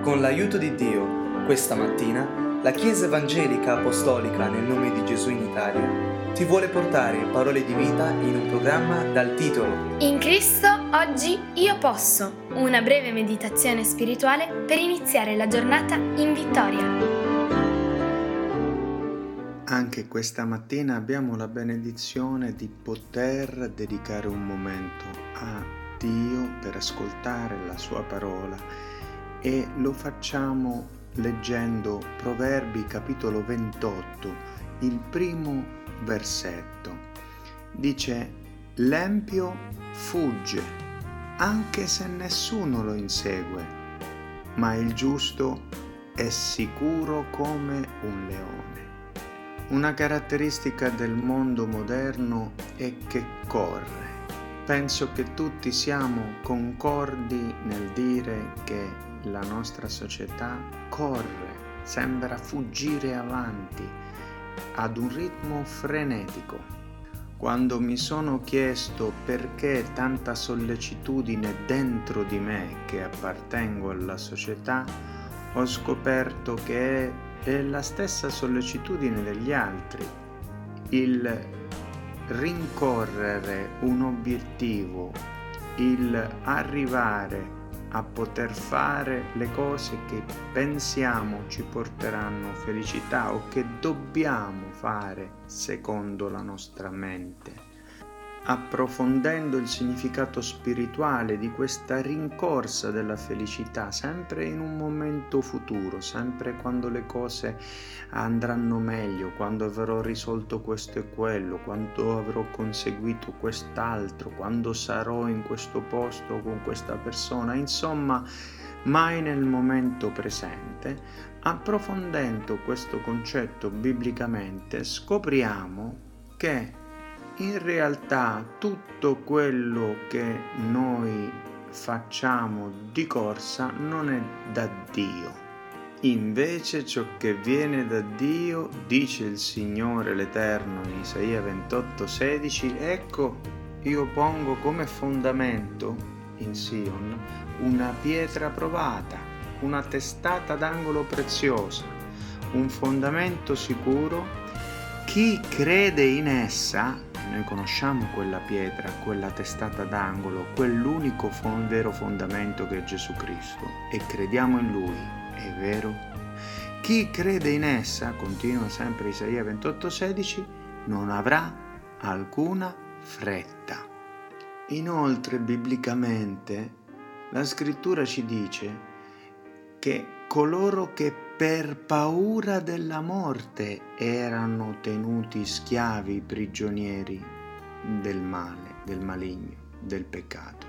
Con l'aiuto di Dio, questa mattina, la Chiesa Evangelica Apostolica nel nome di Gesù in Italia ti vuole portare parole di vita in un programma dal titolo In Cristo oggi io posso, una breve meditazione spirituale per iniziare la giornata in vittoria. Anche questa mattina abbiamo la benedizione di poter dedicare un momento a Dio per ascoltare la sua parola e lo facciamo leggendo Proverbi capitolo 28, il primo versetto. Dice: l'empio fugge anche se nessuno lo insegue, ma il giusto è sicuro come un leone. Una caratteristica del mondo moderno è che corre. Penso che tutti siamo concordi nel dire che la nostra società corre, sembra fuggire avanti ad un ritmo frenetico. Quando mi sono chiesto perché tanta sollecitudine dentro di me che appartengo alla società, ho scoperto che è la stessa sollecitudine degli altri, il rincorrere un obiettivo, il arrivare a poter fare le cose che pensiamo ci porteranno felicità o che dobbiamo fare secondo la nostra mente. Approfondendo il significato spirituale di questa rincorsa della felicità, sempre in un momento futuro, sempre quando le cose andranno meglio, quando avrò risolto questo e quello, quando avrò conseguito quest'altro, quando sarò in questo posto con questa persona, insomma, mai nel momento presente. Approfondendo questo concetto biblicamente, scopriamo che in realtà tutto quello che noi facciamo di corsa non è da Dio. Invece ciò che viene da Dio, dice il Signore l'Eterno in Isaia 28,16, ecco, io pongo come fondamento in Sion una pietra provata, una testata d'angolo preziosa, un fondamento sicuro. Chi crede in essa, noi conosciamo quella pietra, quella testata d'angolo, quell'unico vero fondamento che è Gesù Cristo, e crediamo in Lui, è vero? Chi crede in essa, continua sempre Isaia 28,16, non avrà alcuna fretta. Inoltre, biblicamente, la Scrittura ci dice che coloro che per paura della morte erano tenuti schiavi, prigionieri del male, del maligno, del peccato.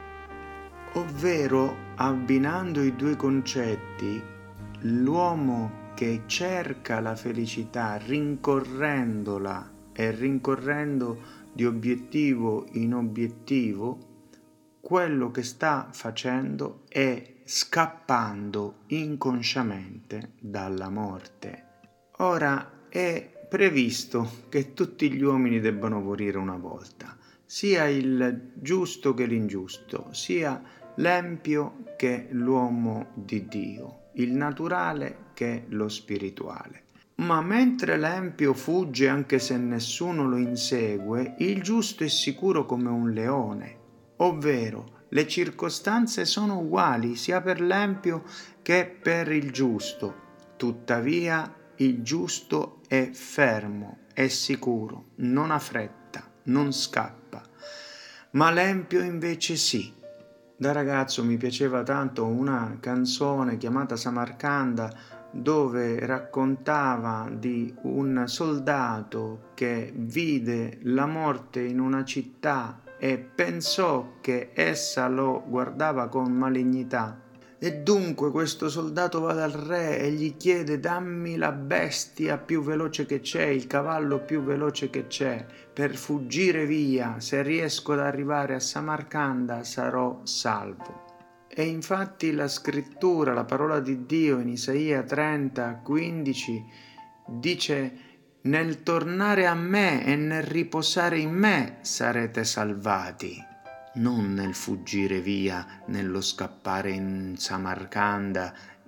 Ovvero, abbinando i due concetti, l'uomo che cerca la felicità rincorrendola e rincorrendo di obiettivo in obiettivo, quello che sta facendo è scappando inconsciamente dalla morte. Ora è previsto che tutti gli uomini debbano morire una volta, sia il giusto che l'ingiusto, sia l'empio che l'uomo di Dio, il naturale che lo spirituale. Ma mentre l'empio fugge anche se nessuno lo insegue, il giusto è sicuro come un leone, ovvero le circostanze sono uguali sia per l'empio che per il giusto. Tuttavia il giusto è fermo, è sicuro, non ha fretta, non scappa. Ma l'empio invece sì. Da ragazzo mi piaceva tanto una canzone chiamata Samarcanda, dove raccontava di un soldato che vide la morte in una città e pensò che essa lo guardava con malignità. E dunque questo soldato va dal re e gli chiede: dammi la bestia più veloce che c'è, il cavallo più veloce che c'è, per fuggire via. Se riesco ad arrivare a Samarcanda sarò salvo. E infatti la scrittura, la parola di Dio in Isaia 30:15 dice: nel tornare a me e nel riposare in me sarete salvati, non nel fuggire via, nello scappare in Samarcanda,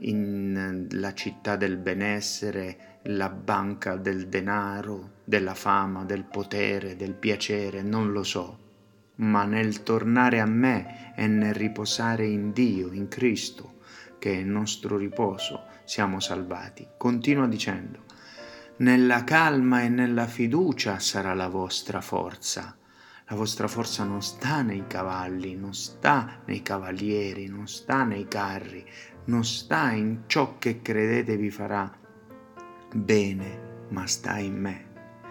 in la città del benessere, la banca del denaro, della fama, del potere, del piacere, non lo so, ma nel tornare a me e nel riposare in Dio, in Cristo, che è il nostro riposo, siamo salvati. Continua dicendo: nella calma e nella fiducia sarà la vostra forza. La vostra forza non sta nei cavalli, non sta nei cavalieri, non sta nei carri, non sta in ciò che credete vi farà bene, ma sta in me.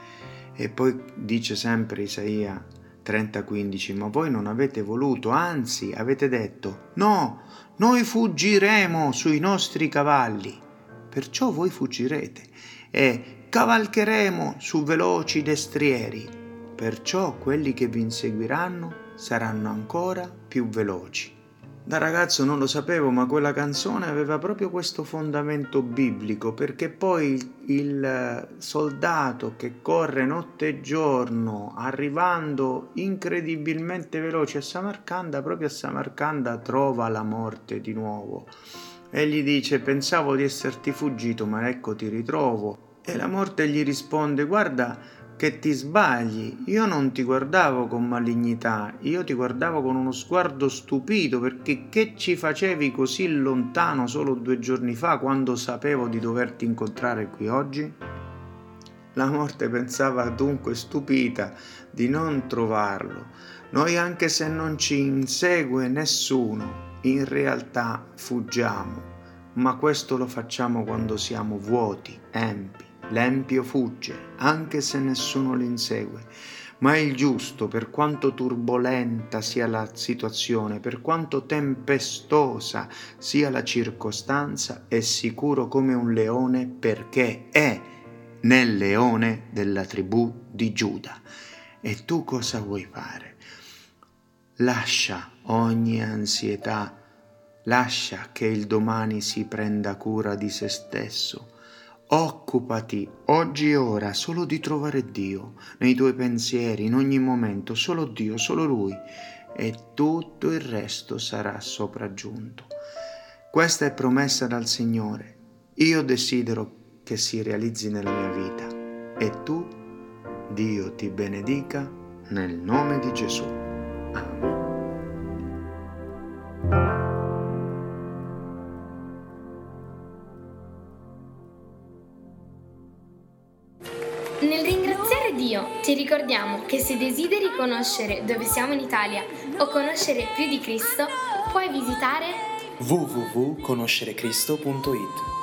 E poi dice sempre Isaia 30:15: ma voi non avete voluto, anzi avete detto: no, noi fuggiremo sui nostri cavalli. Perciò voi fuggirete e cavalcheremo su veloci destrieri. Perciò quelli che vi inseguiranno saranno ancora più veloci. Da ragazzo non lo sapevo, ma quella canzone aveva proprio questo fondamento biblico, perché poi il soldato che corre notte e giorno, arrivando incredibilmente veloce a Samarcanda, proprio a Samarcanda trova la morte di nuovo. E gli dice: pensavo di esserti fuggito, ma ecco ti ritrovo. E la morte gli risponde: guarda che ti sbagli, io non ti guardavo con malignità, io ti guardavo con uno sguardo stupito, perché che ci facevi così lontano solo 2 giorni fa, quando sapevo di doverti incontrare qui oggi? La morte pensava dunque, stupita, di non trovarlo. Noi, anche se non ci insegue nessuno, in realtà fuggiamo, ma questo lo facciamo quando siamo vuoti, empi. L'empio fugge, anche se nessuno lo insegue, ma il giusto, per quanto turbolenta sia la situazione, per quanto tempestosa sia la circostanza, è sicuro come un leone, perché è nel leone della tribù di Giuda. E tu cosa vuoi fare? Lascia ogni ansietà, lascia che il domani si prenda cura di se stesso. Occupati oggi e ora solo di trovare Dio nei tuoi pensieri, in ogni momento, solo Dio, solo Lui, e tutto il resto sarà sopraggiunto. Questa è promessa dal Signore. Io desidero che si realizzi nella mia vita. E tu, Dio ti benedica nel nome di Gesù. Amen. Nel ringraziare Dio ti ricordiamo che se desideri conoscere dove siamo in Italia o conoscere più di Cristo, puoi visitare www.conoscerecristo.it.